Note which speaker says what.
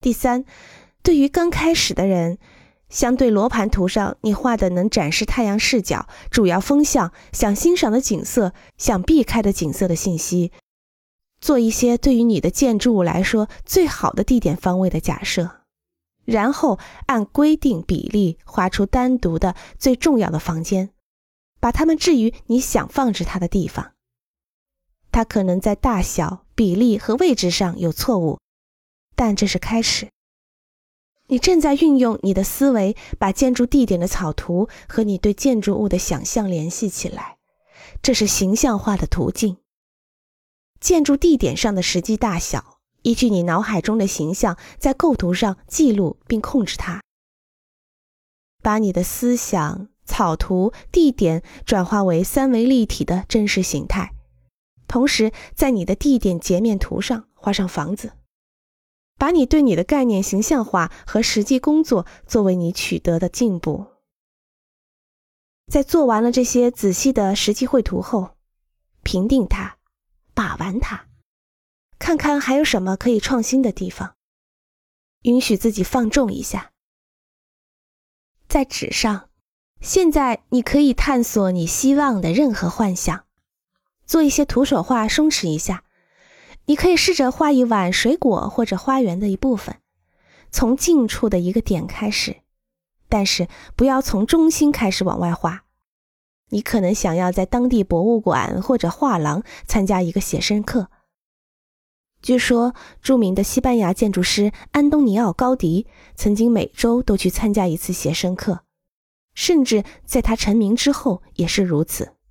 Speaker 1: 第三，对于刚开始的人，相对罗盘图上你画的能展示太阳视角、主要风向、想欣赏的景色、想避开的景色的信息，做一些对于你的建筑物来说最好的地点方位的假设，然后按规定比例画出单独的最重要的房间，把它们置于你想放置它的地方。它可能在大小、比例和位置上有错误，但这是开始。你正在运用你的思维，把建筑地点的草图和你对建筑物的想象联系起来，这是形象化的途径。建筑地点上的实际大小，依据你脑海中的形象，在构图上记录并控制它。把你的思想、草图、地点转化为三维立体的真实形态，同时在你的地点截面图上画上房子。把你对你的概念形象化和实际工作作为你取得的进步。在做完了这些仔细的实际绘图后，评定它，把玩它，看看还有什么可以创新的地方，允许自己放纵一下。在纸上，现在你可以探索你希望的任何幻想，做一些徒手画，松弛一下。你可以试着画一碗水果或者花园的一部分，从近处的一个点开始，但是不要从中心开始往外画。你可能想要在当地博物馆或者画廊参加一个写生课。据说著名的西班牙建筑师安东尼奥·高迪曾经每周都去参加一次写生课，甚至在他成名之后也是如此。